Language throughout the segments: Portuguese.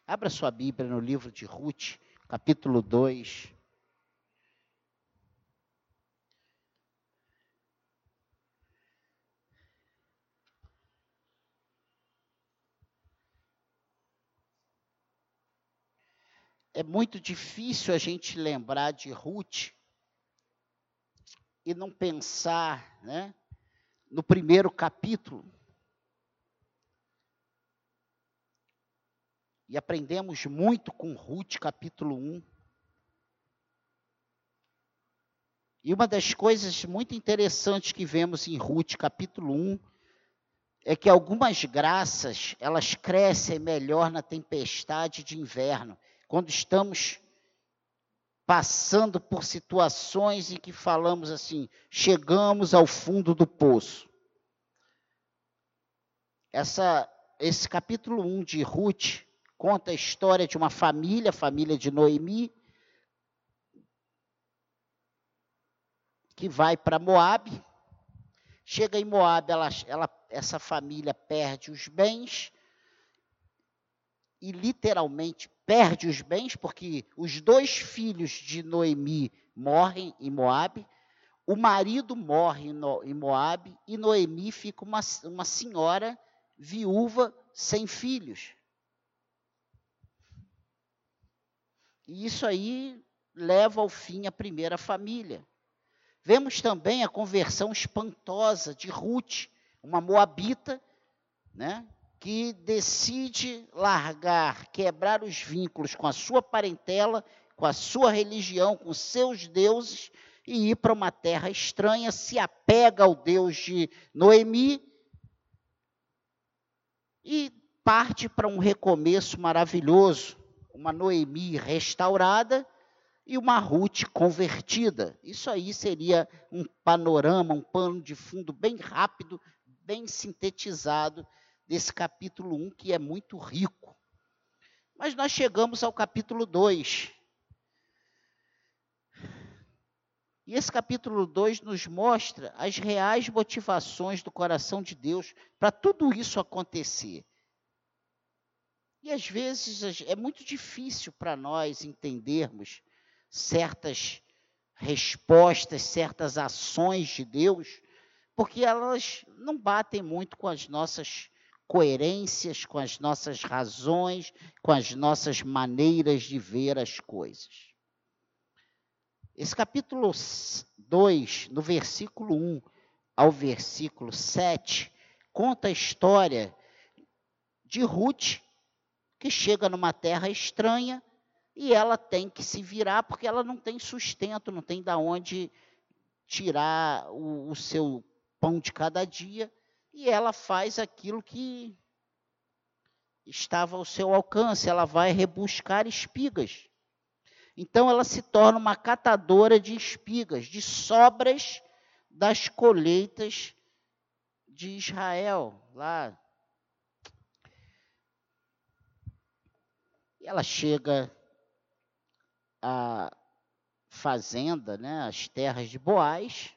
Abra sua Bíblia no livro de Ruth, capítulo 2. É muito difícil a gente lembrar de Ruth e não pensar, né, no primeiro capítulo. E aprendemos muito com Ruth, capítulo 1. E uma das coisas muito interessantes que vemos em Ruth, capítulo 1, é que algumas graças, elas crescem melhor na tempestade de inverno, quando estamos passando por situações em que falamos assim, chegamos ao fundo do poço. Esse capítulo 1 de Ruth conta a história de uma família, a família de Noemi, que vai para Moabe. Chega em Moabe, essa família perde os bens, e literalmente perde os bens, porque os 2 filhos de Noemi morrem em Moabe, o marido morre em Moabe, e Noemi fica uma senhora viúva sem filhos. E isso aí leva ao fim a primeira família. Vemos também a conversão espantosa de Ruth, uma moabita, né, que decide quebrar os vínculos com a sua parentela, com a sua religião, com seus deuses, e ir para uma terra estranha, se apega ao Deus de Noemi e parte para um recomeço maravilhoso, uma Noemi restaurada e uma Ruth convertida. Isso aí seria um panorama, um pano de fundo bem rápido, bem sintetizado desse capítulo 1, que é muito rico. Mas nós chegamos ao capítulo 2. E esse capítulo 2 nos mostra as reais motivações do coração de Deus para tudo isso acontecer. E às vezes é muito difícil para nós entendermos certas respostas, certas ações de Deus, porque elas não batem muito com as nossas coerências, com as nossas razões, com as nossas maneiras de ver as coisas. Esse capítulo 2, no versículo 1 ao versículo 7, conta a história de Ruth, que chega numa terra estranha, e ela tem que se virar, porque ela não tem sustento, não tem de onde tirar o seu pão de cada dia, e ela faz aquilo que estava ao seu alcance, ela vai rebuscar espigas. Então ela se torna uma catadora de espigas, de sobras das colheitas de Israel, lá. E ela chega à fazenda, né, as terras de Boaz.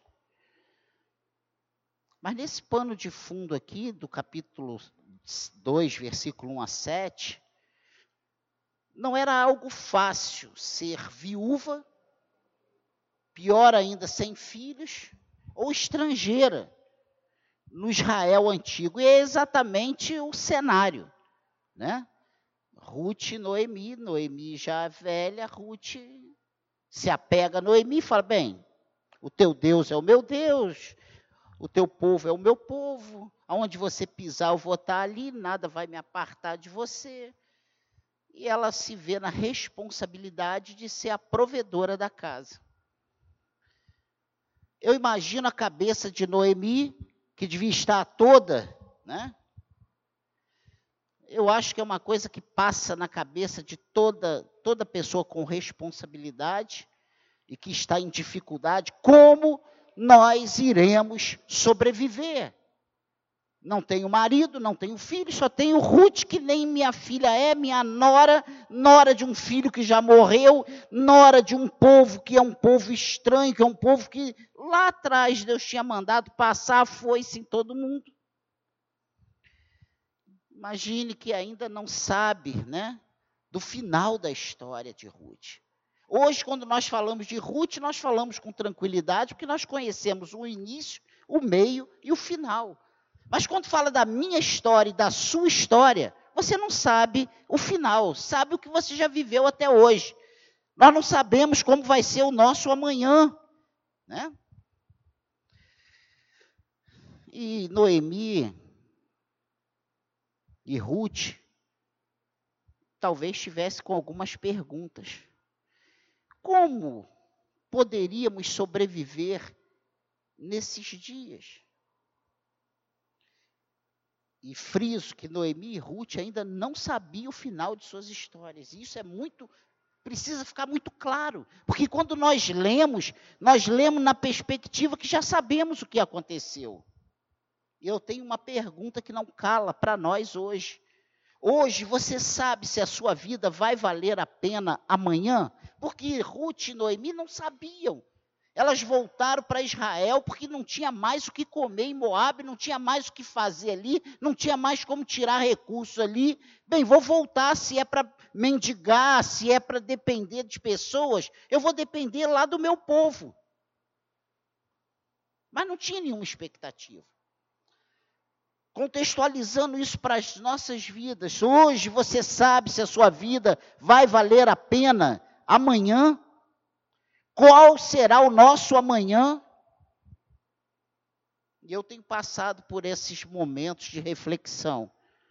Mas nesse pano de fundo aqui, do capítulo 2, versículo 1 a 7, não era algo fácil ser viúva, pior ainda, sem filhos, ou estrangeira no Israel antigo. E é exatamente o cenário, né? Ruth e Noemi, Noemi já velha, Ruth se apega a Noemi e fala, bem, o teu Deus é o meu Deus, o teu povo é o meu povo, aonde você pisar eu vou estar ali, nada vai me apartar de você. E ela se vê na responsabilidade de ser a provedora da casa. Eu imagino a cabeça de Noemi, que devia estar toda, né? Eu acho que é uma coisa que passa na cabeça de toda pessoa com responsabilidade e que está em dificuldade, como nós iremos sobreviver? Não tenho marido, não tenho filho, só tenho Ruth, que nem minha filha é, minha nora de um filho que já morreu, nora de um povo que é um povo estranho, que é um povo que lá atrás Deus tinha mandado passar a foice em todo mundo. Imagine que ainda não sabe, né, do final da história de Ruth. Hoje, quando nós falamos de Ruth, nós falamos com tranquilidade, porque nós conhecemos o início, o meio e o final. Mas quando fala da minha história e da sua história, você não sabe o final, sabe o que você já viveu até hoje. Nós não sabemos como vai ser o nosso amanhã, né? E Noemi e Ruth talvez estivesse com algumas perguntas. Como poderíamos sobreviver nesses dias? E friso que Noemi e Ruth ainda não sabiam o final de suas histórias. E isso precisa ficar muito claro. Porque quando nós lemos na perspectiva que já sabemos o que aconteceu. E eu tenho uma pergunta que não cala para nós hoje. Hoje você sabe se a sua vida vai valer a pena amanhã? Porque Ruth e Noemi não sabiam. Elas voltaram para Israel porque não tinha mais o que comer em Moabe, não tinha mais o que fazer ali, não tinha mais como tirar recursos ali. Bem, vou voltar, se é para mendigar, se é para depender de pessoas, eu vou depender lá do meu povo. Mas não tinha nenhuma expectativa. Contextualizando isso para as nossas vidas, hoje você sabe se a sua vida vai valer a pena amanhã? Qual será o nosso amanhã? E eu tenho passado por esses momentos de reflexão.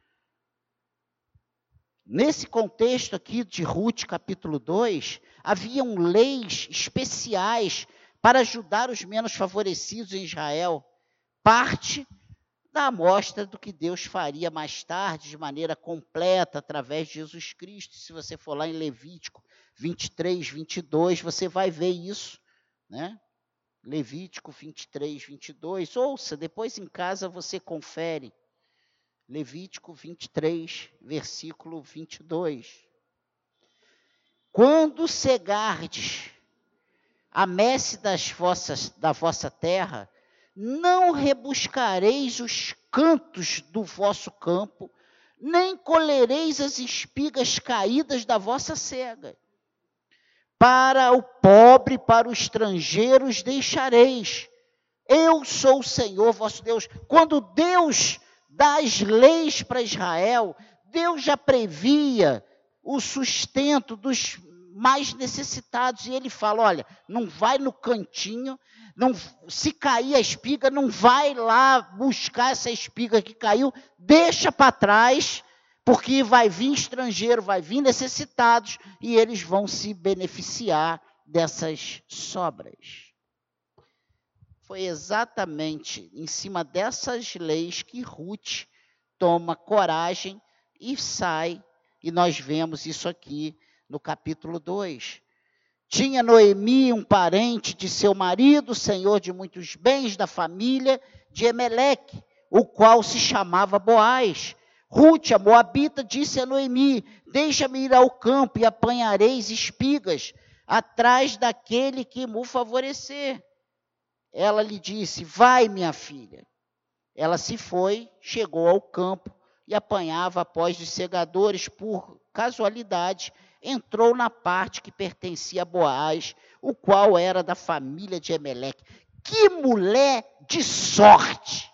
Nesse contexto aqui de Ruth, capítulo 2, haviam leis especiais para ajudar os menos favorecidos em Israel. Parte da amostra do que Deus faria mais tarde, de maneira completa, através de Jesus Cristo. Se você for lá em Levítico 23, 22, você vai ver isso, né? Levítico 23, 22. Ouça, depois em casa você confere. Levítico 23, versículo 22. Quando cegardes a messe da vossa terra, não rebuscareis os cantos do vosso campo, nem colhereis as espigas caídas da vossa cega. Para o pobre, para o estrangeiro os deixareis. Eu sou o Senhor vosso Deus. Quando Deus dá as leis para Israel, Deus já previa o sustento dos mais necessitados. E ele fala, olha, não vai no cantinho, não, se cair a espiga, não vai lá buscar essa espiga que caiu, deixa para trás, porque vai vir estrangeiro, vai vir necessitados, e eles vão se beneficiar dessas sobras. Foi exatamente em cima dessas leis que Ruth toma coragem e sai, e nós vemos isso aqui no capítulo 2. Tinha Noemi um parente de seu marido, senhor de muitos bens da família de Emeleque, o qual se chamava Boaz. Ruth, a moabita, disse a Noemi, deixa-me ir ao campo e apanhareis espigas atrás daquele que me favorecer. Ela lhe disse, vai minha filha. Ela se foi, chegou ao campo e apanhava após os segadores. Por casualidade, entrou na parte que pertencia a Boaz, o qual era da família de Emeleque. Que mulher de sorte!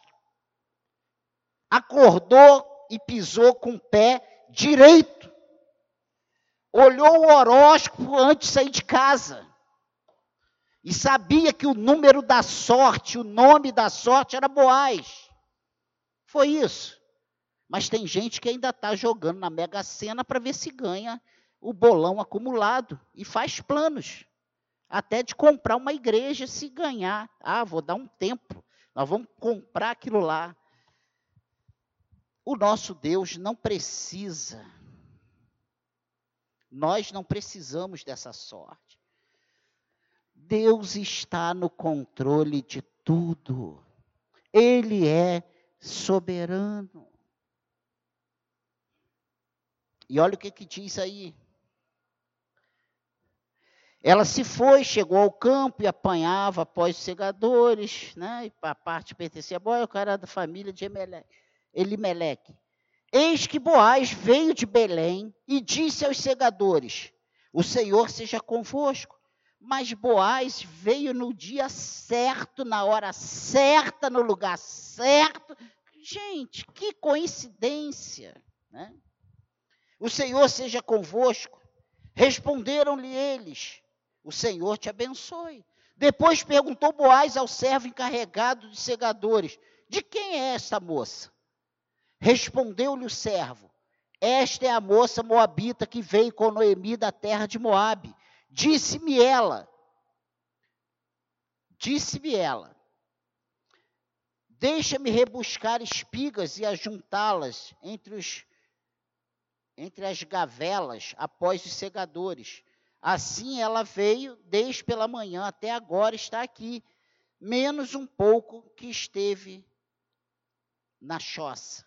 Acordou e pisou com o pé direito. Olhou o horóscopo antes de sair de casa. E sabia que o número da sorte, o nome da sorte era Boaz. Foi isso. Mas tem gente que ainda está jogando na Mega Sena para ver se ganha o bolão acumulado. E faz planos. Até de comprar uma igreja se ganhar. Ah, vou dar um tempo. Nós vamos comprar aquilo lá. O nosso Deus não precisa. Nós não precisamos dessa sorte. Deus está no controle de tudo. Ele é soberano. E olha o que diz aí. Ela se foi, chegou ao campo e apanhava após os segadores, né? E a parte pertencia a Boaz, o cara era da família de Elimeleque. Eis que Boaz veio de Belém e disse aos segadores: o Senhor seja convosco. Mas Boaz veio no dia certo, na hora certa, no lugar certo. Gente, que coincidência, né? O Senhor seja convosco. Responderam-lhe eles: o Senhor te abençoe. Depois perguntou Boaz ao servo encarregado de segadores: de quem é esta moça? Respondeu-lhe o servo: esta é a moça moabita que veio com Noemi da terra de Moabe. Disse-me ela, deixa-me rebuscar espigas e ajuntá-las entre as gavelas após os segadores. Assim ela veio desde pela manhã até agora está aqui, menos um pouco que esteve na choça.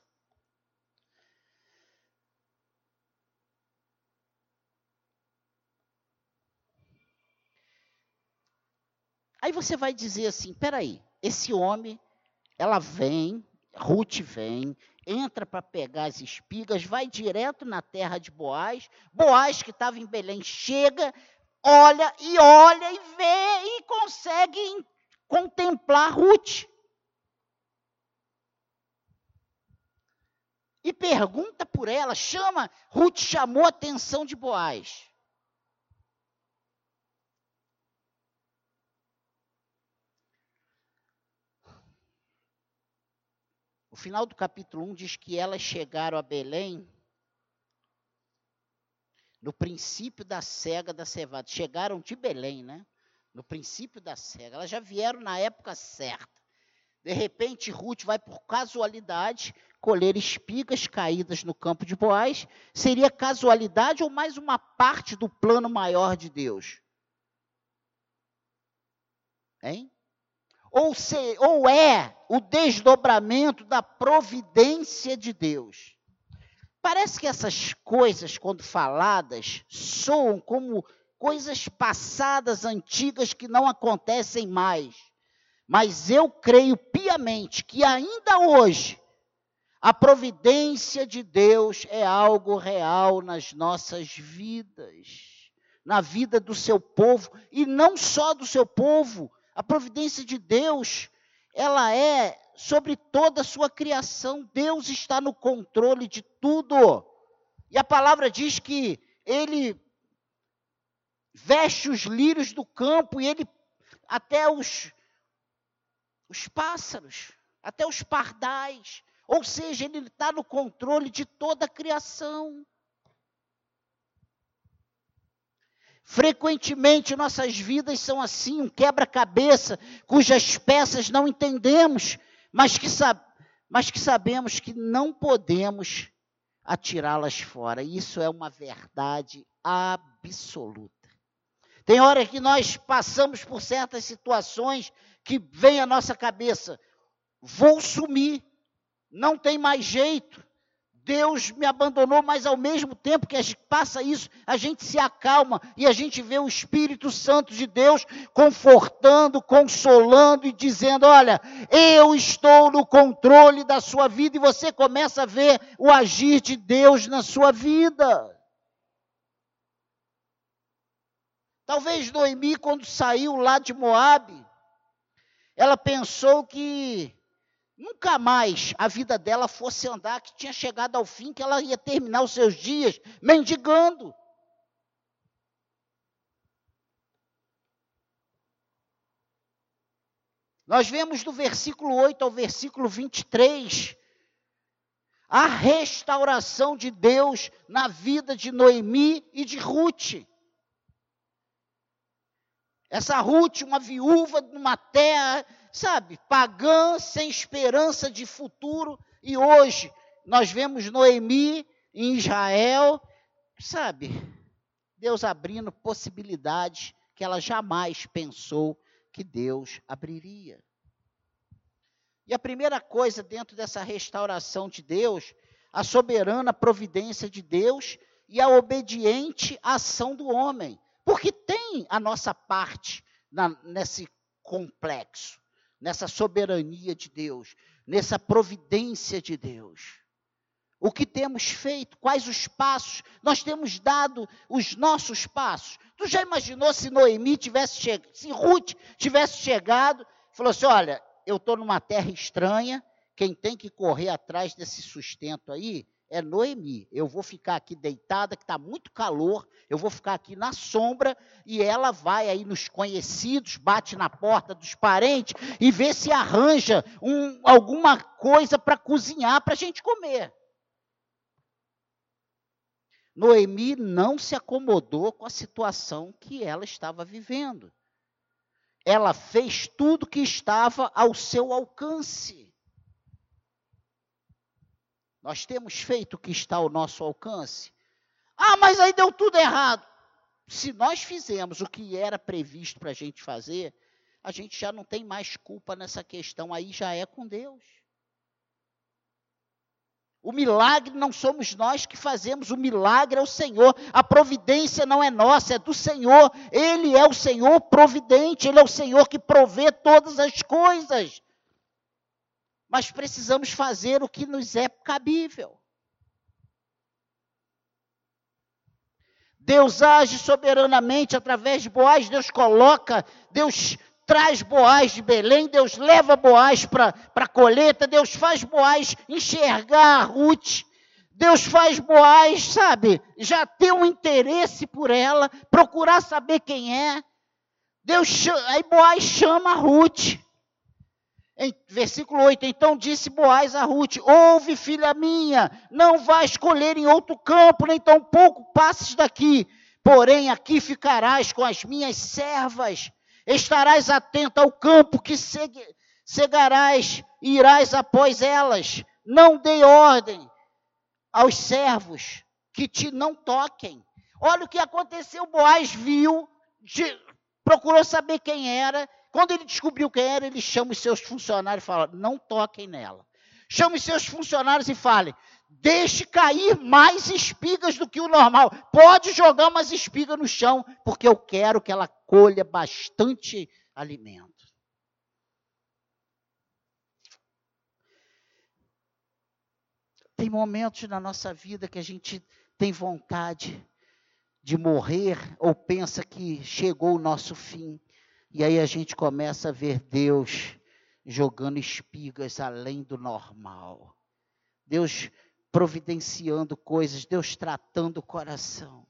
Aí você vai dizer assim, peraí, esse homem, Ruth vem, entra para pegar as espigas, vai direto na terra de Boaz. Boaz, que estava em Belém, chega, olha e vê e consegue contemplar Ruth. E pergunta por ela, Ruth chamou a atenção de Boaz. O final do capítulo 1 diz que elas chegaram a Belém no princípio da cega da cevada. Chegaram de Belém, né? No princípio da cega. Elas já vieram na época certa. De repente, Ruth vai, por casualidade, colher espigas caídas no campo de Boaz. Seria casualidade ou mais uma parte do plano maior de Deus? Hein? Ou é o desdobramento da providência de Deus? Parece que essas coisas, quando faladas, soam como coisas passadas, antigas, que não acontecem mais. Mas eu creio piamente que ainda hoje, a providência de Deus é algo real nas nossas vidas, na vida do seu povo, e não só do seu povo. A providência de Deus, ela é sobre toda a sua criação. Deus está no controle de tudo. E a palavra diz que Ele veste os lírios do campo, e Ele até os pássaros, até os pardais. Ou seja, Ele está no controle de toda a criação. Frequentemente nossas vidas são assim, um quebra-cabeça, cujas peças não entendemos, mas que sabemos que não podemos atirá-las fora. Isso é uma verdade absoluta. Tem hora que nós passamos por certas situações que vem à nossa cabeça: vou sumir, não tem mais jeito. Deus me abandonou, mas ao mesmo tempo que a gente passa isso, a gente se acalma e a gente vê o Espírito Santo de Deus confortando, consolando e dizendo: olha, eu estou no controle da sua vida, e você começa a ver o agir de Deus na sua vida. Talvez Noemi, quando saiu lá de Moabe, ela pensou que nunca mais a vida dela fosse andar, que tinha chegado ao fim, que ela ia terminar os seus dias mendigando. Nós vemos do versículo 8 ao versículo 23, a restauração de Deus na vida de Noemi e de Ruth. Essa Ruth, uma viúva numa terra, pagã, sem esperança de futuro, e hoje nós vemos Noemi em Israel, Deus abrindo possibilidades que ela jamais pensou que Deus abriria. E a primeira coisa dentro dessa restauração de Deus, a soberana providência de Deus e a obediente ação do homem, porque tem a nossa parte nesse complexo, nessa soberania de Deus, nessa providência de Deus. O que temos feito? Quais os passos? Nós temos dado os nossos passos. Tu já imaginou se Noemi tivesse chegado, se Ruth tivesse chegado, falou assim, olha, eu estou numa terra estranha, quem tem que correr atrás desse sustento aí é Noemi. Eu vou ficar aqui deitada, que está muito calor, eu vou ficar aqui na sombra, e ela vai aí nos conhecidos, bate na porta dos parentes, e vê se arranja alguma coisa para cozinhar, para a gente comer. Noemi não se acomodou com a situação que ela estava vivendo. Ela fez tudo que estava ao seu alcance. Nós temos feito o que está ao nosso alcance. Ah, mas aí deu tudo errado. Se nós fizemos o que era previsto para a gente fazer, a gente já não tem mais culpa nessa questão, aí já é com Deus. O milagre não somos nós que fazemos, o milagre é o Senhor. A providência não é nossa, é do Senhor. Ele é o Senhor providente, Ele é o Senhor que provê todas as coisas. Mas precisamos fazer o que nos é cabível. Deus age soberanamente através de Boaz, Deus traz Boaz de Belém, Deus leva Boaz para a colheita, Deus faz Boaz enxergar a Ruth, Deus faz Boaz, sabe, já ter um interesse por ela, procurar saber quem é. Aí Boaz chama a Ruth. Em versículo 8, então disse Boaz a Ruth, ouve, filha minha, não vais colher em outro campo, nem tampouco passes daqui, porém aqui ficarás com as minhas servas, estarás atenta ao campo que cegarás e irás após elas, não dê ordem aos servos que te não toquem. Olha o que aconteceu, Boaz viu, procurou saber quem era. Quando ele descobriu quem era, ele chama os seus funcionários e fala, não toquem nela. Chama os seus funcionários e fale, deixe cair mais espigas do que o normal. Pode jogar umas espigas no chão, porque eu quero que ela colha bastante alimento. Tem momentos na nossa vida que a gente tem vontade de morrer ou pensa que chegou o nosso fim. E aí a gente começa a ver Deus jogando espigas além do normal. Deus providenciando coisas, Deus tratando o coração.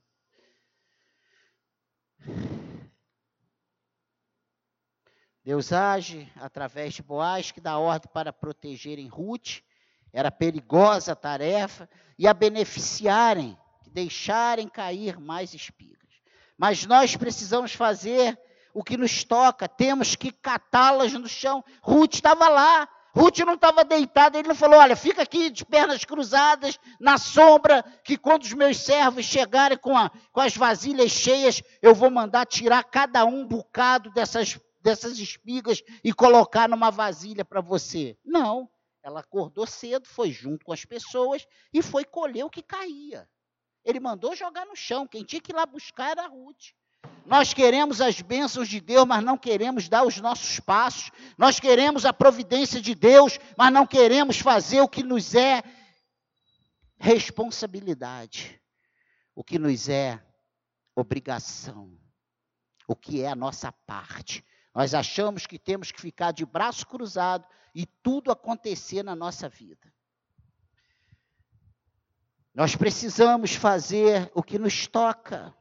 Deus age através de Boaz, que dá ordem para protegerem Ruth. Era perigosa a tarefa. E a beneficiarem, deixarem cair mais espigas. Mas nós precisamos fazer o que nos toca, temos que catá-las no chão. Ruth estava lá, Ruth não estava deitada, ele não falou, olha, fica aqui de pernas cruzadas, na sombra, que quando os meus servos chegarem com as vasilhas cheias, eu vou mandar tirar cada um bocado dessas espigas e colocar numa vasilha para você. Não, ela acordou cedo, foi junto com as pessoas e foi colher o que caía. Ele mandou jogar no chão, quem tinha que ir lá buscar era Ruth. Nós queremos as bênçãos de Deus, mas não queremos dar os nossos passos. Nós queremos a providência de Deus, mas não queremos fazer o que nos é responsabilidade, o que nos é obrigação, o que é a nossa parte. Nós achamos que temos que ficar de braço cruzado e tudo acontecer na nossa vida. Nós precisamos fazer o que nos toca.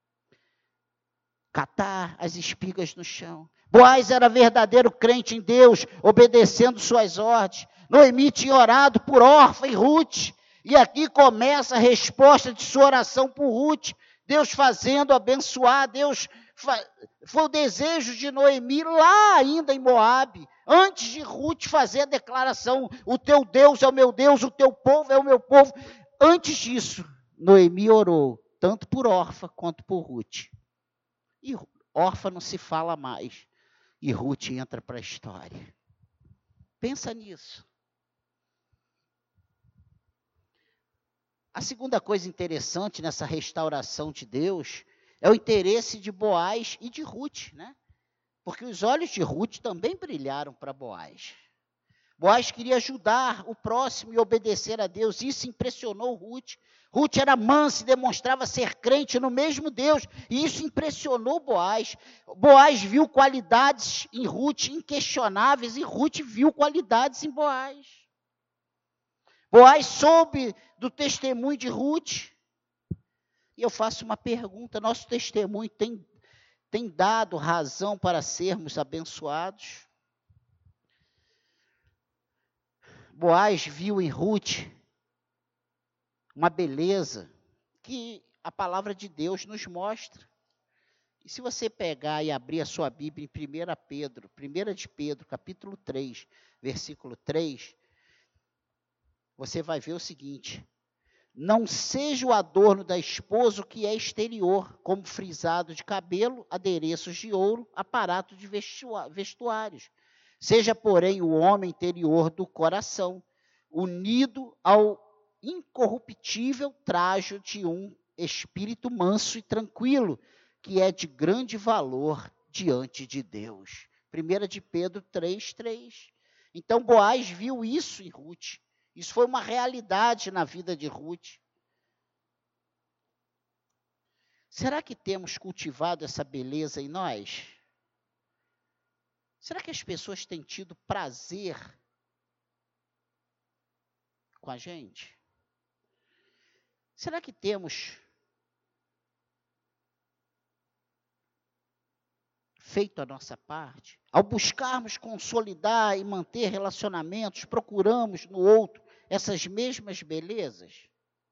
Catar as espigas no chão. Boaz era verdadeiro crente em Deus, obedecendo suas ordens. Noemi tinha orado por Orfa e Ruth. E aqui começa a resposta de sua oração por Ruth. Deus fazendo abençoar. Foi o desejo de Noemi lá ainda em Moabe. Antes de Ruth fazer a declaração, o teu Deus é o meu Deus, o teu povo é o meu povo. Antes disso, Noemi orou, tanto por Orfa quanto por Ruth. E Orfa não se fala mais. E Ruth entra para a história. Pensa nisso. A segunda coisa interessante nessa restauração de Deus é o interesse de Boaz e de Ruth, né? Porque os olhos de Ruth também brilharam para Boaz. Boaz queria ajudar o próximo e obedecer a Deus. Isso impressionou Ruth. Ruth era mansa e demonstrava ser crente no mesmo Deus. E isso impressionou Boaz. Boaz viu qualidades em Ruth inquestionáveis e Ruth viu qualidades em Boaz. Boaz soube do testemunho de Ruth. E eu faço uma pergunta: nosso testemunho tem dado razão para sermos abençoados? Boaz viu em Ruth uma beleza que a palavra de Deus nos mostra. E se você pegar e abrir a sua Bíblia em 1 de Pedro, capítulo 3, versículo 3, você vai ver o seguinte: não seja o adorno da esposa o que é exterior, como frisado de cabelo, adereços de ouro, aparato de vestuários. Seja, porém, o homem interior do coração, unido ao incorruptível trajo de um espírito manso e tranquilo, que é de grande valor diante de Deus. 1 de Pedro 3:3. Então, Boaz viu isso em Ruth. Isso foi uma realidade na vida de Ruth. Será que temos cultivado essa beleza em nós? Será que as pessoas têm tido prazer com a gente? Será que temos feito a nossa parte? Ao buscarmos consolidar e manter relacionamentos, procuramos no outro essas mesmas belezas?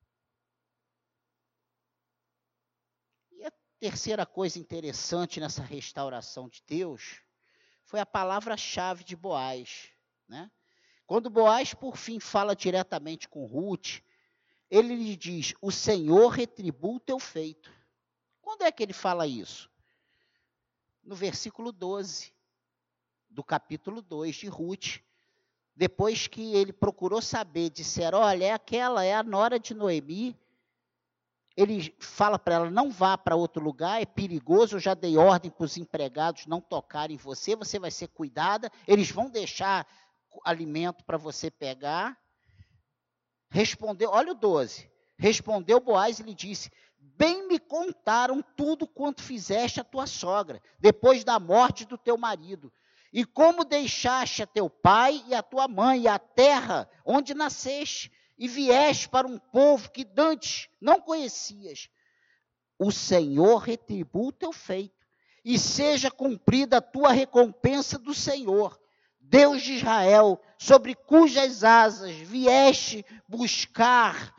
E a terceira coisa interessante nessa restauração de Deus foi a palavra-chave de Boaz, né? Quando Boaz, por fim, fala diretamente com Ruth, ele lhe diz: o Senhor retribua o teu feito. Quando é que ele fala isso? No versículo 12, do capítulo 2 de Ruth. Depois que ele procurou saber, disseram: olha, é a nora de Noemi. Ele fala para ela: não vá para outro lugar, é perigoso, eu já dei ordem para os empregados não tocarem em você, você vai ser cuidada, eles vão deixar alimento para você pegar. Respondeu, olha o 12, respondeu Boaz e lhe disse: bem me contaram tudo quanto fizeste a tua sogra, depois da morte do teu marido, e como deixaste a teu pai e a tua mãe e a terra onde nasceste, e vieste para um povo que dantes não conhecias. O Senhor retribua o teu feito, e seja cumprida a tua recompensa do Senhor, Deus de Israel, sobre cujas asas vieste buscar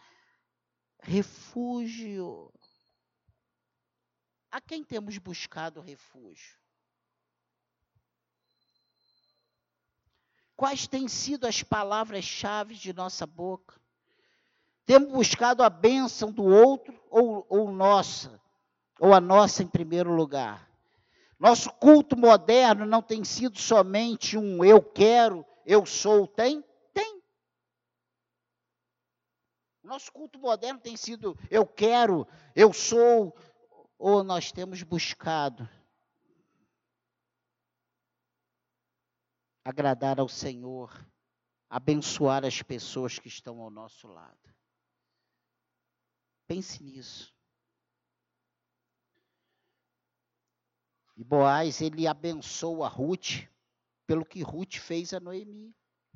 refúgio. A quem temos buscado refúgio? Quais têm sido as palavras-chave de nossa boca? Temos buscado a bênção do outro ou a nossa em primeiro lugar? Nosso culto moderno não tem sido somente um eu quero, eu sou, tem? Tem. Nosso culto moderno tem sido eu quero, eu sou, ou nós temos buscado agradar ao Senhor, abençoar as pessoas que estão ao nosso lado? Pense nisso. E Boaz, ele abençoa a Ruth pelo que Ruth fez a Noemi.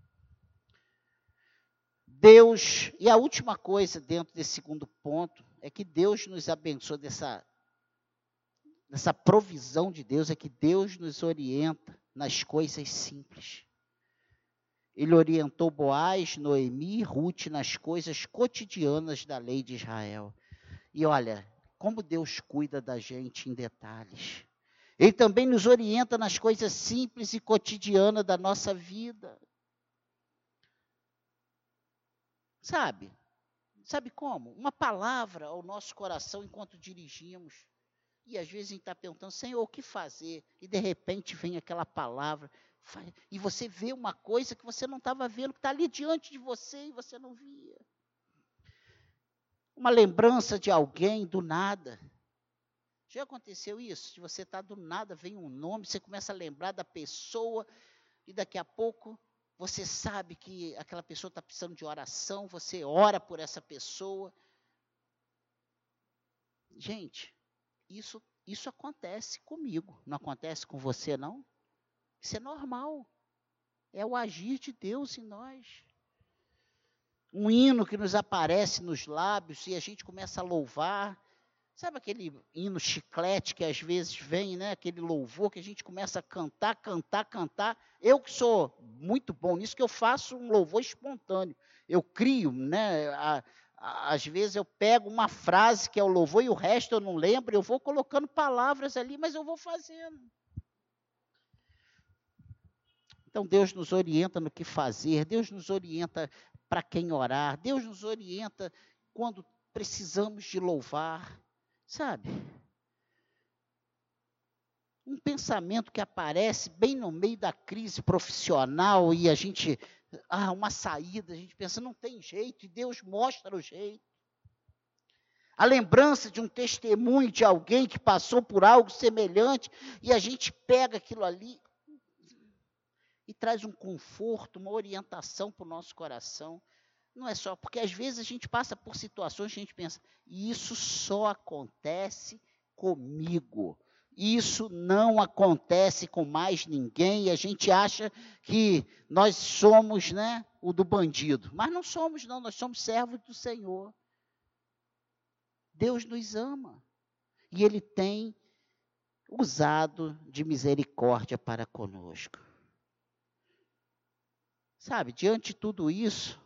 Deus, e a última coisa dentro desse segundo ponto, é que Deus nos abençoa dessa provisão de Deus, é que Deus nos orienta nas coisas simples. Ele orientou Boaz, Noemi e Ruth nas coisas cotidianas da lei de Israel. E olha, como Deus cuida da gente em detalhes. Ele também nos orienta nas coisas simples e cotidianas da nossa vida. Sabe como? Uma palavra ao nosso coração enquanto dirigimos. E às vezes a gente está perguntando: Senhor, o que fazer? E de repente vem aquela palavra. E você vê uma coisa que você não estava vendo, que está ali diante de você e você não via. Uma lembrança de alguém do nada. Já aconteceu isso? Se você está do nada, vem um nome, você começa a lembrar da pessoa e daqui a pouco você sabe que aquela pessoa está precisando de oração, você ora por essa pessoa. Gente, isso acontece comigo, não acontece com você, não? Isso é normal, é o agir de Deus em nós. Um hino que nos aparece nos lábios e a gente começa a louvar. Sabe aquele hino chiclete que às vezes vem, né? Aquele louvor que a gente começa a cantar, cantar, cantar. Eu que sou muito bom nisso, que eu faço um louvor espontâneo. Eu crio, né? Às vezes eu pego uma frase que é o louvor e o resto eu não lembro, eu vou colocando palavras ali, mas eu vou fazendo. Então Deus nos orienta no que fazer, Deus nos orienta para quem orar, Deus nos orienta quando precisamos de louvar, sabe? Um pensamento que aparece bem no meio da crise profissional e a gente, uma saída, a gente pensa, não tem jeito, e Deus mostra o jeito. A lembrança de um testemunho de alguém que passou por algo semelhante e a gente pega aquilo ali e traz um conforto, uma orientação para o nosso coração. Não é só, porque às vezes a gente passa por situações que a gente pensa, isso só acontece comigo. Isso não acontece com mais ninguém e a gente acha que nós somos, né, o do bandido. Mas não somos, não, nós somos servos do Senhor. Deus nos ama e Ele tem usado de misericórdia para conosco. Sabe, diante de tudo isso,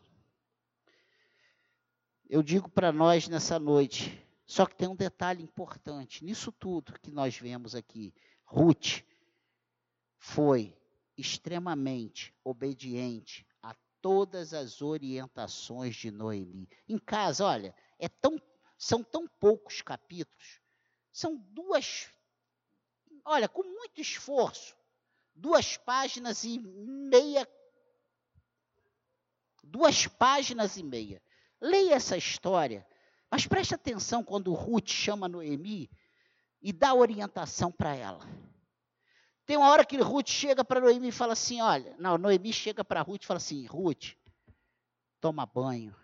eu digo para nós nessa noite, só que tem um detalhe importante, nisso tudo que nós vemos aqui, Ruth foi extremamente obediente a todas as orientações de Noemi. Em casa, olha, são tão poucos capítulos, são com muito esforço, 2 páginas e meia. 2 páginas e meia. Leia essa história, mas preste atenção quando Ruth chama Noemi e dá orientação para ela. Tem uma hora que Ruth chega para Noemi e fala assim, Noemi chega para Ruth e fala assim, Ruth, toma banho,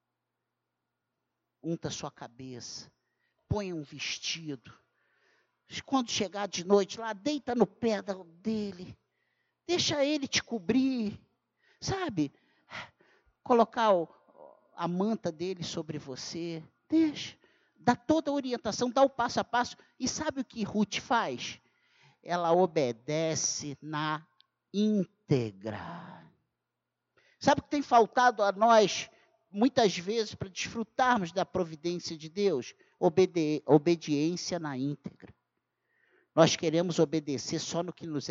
unta sua cabeça, põe um vestido, quando chegar de noite lá, deita no pé dele, deixa ele te cobrir, sabe? Colocar a manta dele sobre você, deixa, dá toda a orientação, dá o passo a passo, e sabe o que Ruth faz? Ela obedece na íntegra. Sabe o que tem faltado a nós, muitas vezes, para desfrutarmos da providência de Deus? Obediência na íntegra. Nós queremos obedecer só no que nos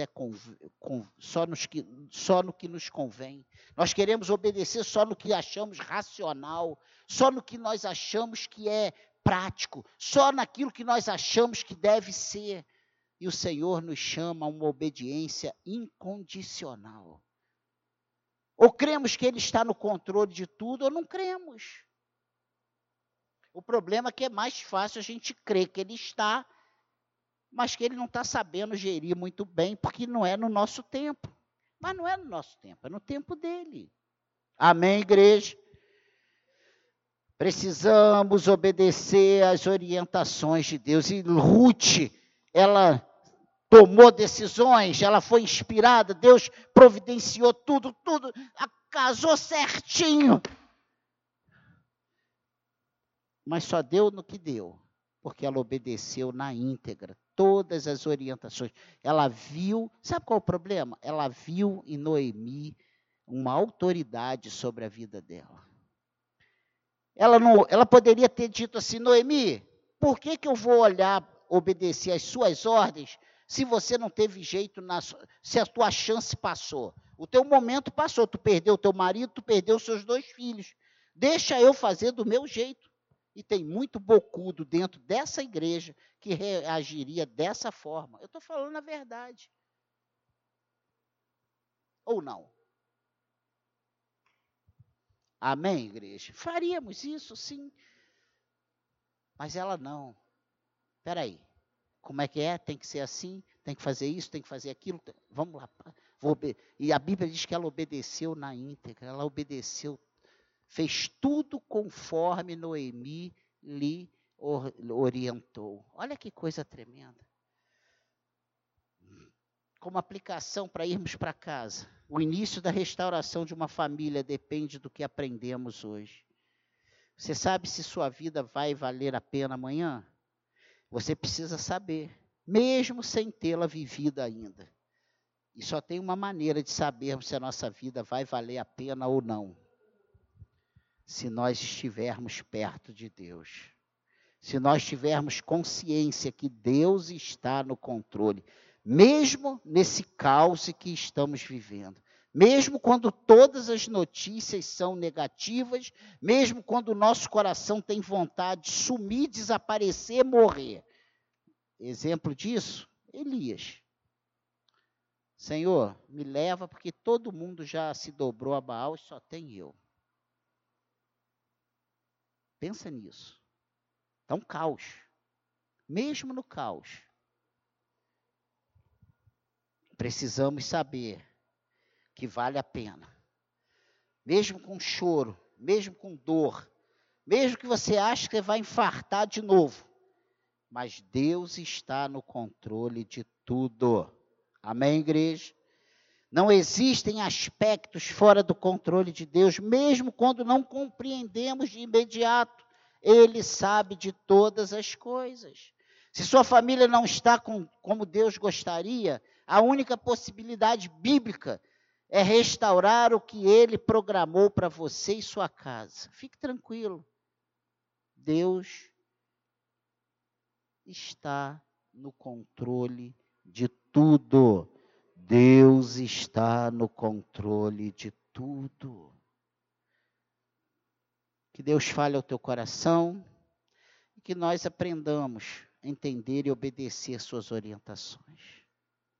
só no que nos convém. Nós queremos obedecer só no que achamos racional, só no que nós achamos que é prático, só naquilo que nós achamos que deve ser. E o Senhor nos chama a uma obediência incondicional. Ou cremos que Ele está no controle de tudo, ou não cremos. O problema é que é mais fácil a gente crer que Ele está, mas que Ele não está sabendo gerir muito bem, porque não é no nosso tempo. Mas não é no nosso tempo, é no tempo dEle. Amém, igreja? Precisamos obedecer às orientações de Deus. E Ruth, ela tomou decisões, ela foi inspirada, Deus providenciou tudo, casou certinho. Mas só deu no que deu, porque ela obedeceu na íntegra todas as orientações. Ela viu, sabe qual é o problema? Ela viu em Noemi uma autoridade sobre a vida dela. Ela poderia ter dito assim, Noemi, por que eu vou obedecer às suas ordens, se você não teve jeito, se a tua chance passou? O teu momento passou, tu perdeu o teu marido, tu perdeu os seus 2 filhos. Deixa eu fazer do meu jeito. E tem muito bocudo dentro dessa igreja que reagiria dessa forma. Eu estou falando a verdade. Ou não? Amém, igreja? Faríamos isso, sim. Mas ela não. Espera aí. Como é que é? Tem que ser assim? Tem que fazer isso? Tem que fazer aquilo? Vamos lá. E a Bíblia diz que ela obedeceu na íntegra, ela obedeceu, fez tudo conforme Noemi lhe orientou. Olha que coisa tremenda. Como aplicação para irmos para casa, o início da restauração de uma família depende do que aprendemos hoje. Você sabe se sua vida vai valer a pena amanhã? Você precisa saber, mesmo sem tê-la vivida ainda. E só tem uma maneira de sabermos se a nossa vida vai valer a pena ou não. Se nós estivermos perto de Deus. Se nós tivermos consciência que Deus está no controle. Mesmo nesse caos que estamos vivendo. Mesmo quando todas as notícias são negativas. Mesmo quando o nosso coração tem vontade de sumir, desaparecer, morrer. Exemplo disso, Elias. Senhor, me leva porque todo mundo já se dobrou a Baal e só tem eu. Pensa nisso. Então, caos. Mesmo no caos. Precisamos saber que vale a pena. Mesmo com choro, mesmo com dor, mesmo que você ache que vai infartar de novo. Mas Deus está no controle de tudo. Amém, igreja? Não existem aspectos fora do controle de Deus, mesmo quando não compreendemos de imediato. Ele sabe de todas as coisas. Se sua família não está como Deus gostaria, a única possibilidade bíblica é restaurar o que Ele programou para você e sua casa. Fique tranquilo. Deus está no controle de tudo. Deus está no controle de tudo. Que Deus fale ao teu coração e que nós aprendamos a entender e obedecer suas orientações.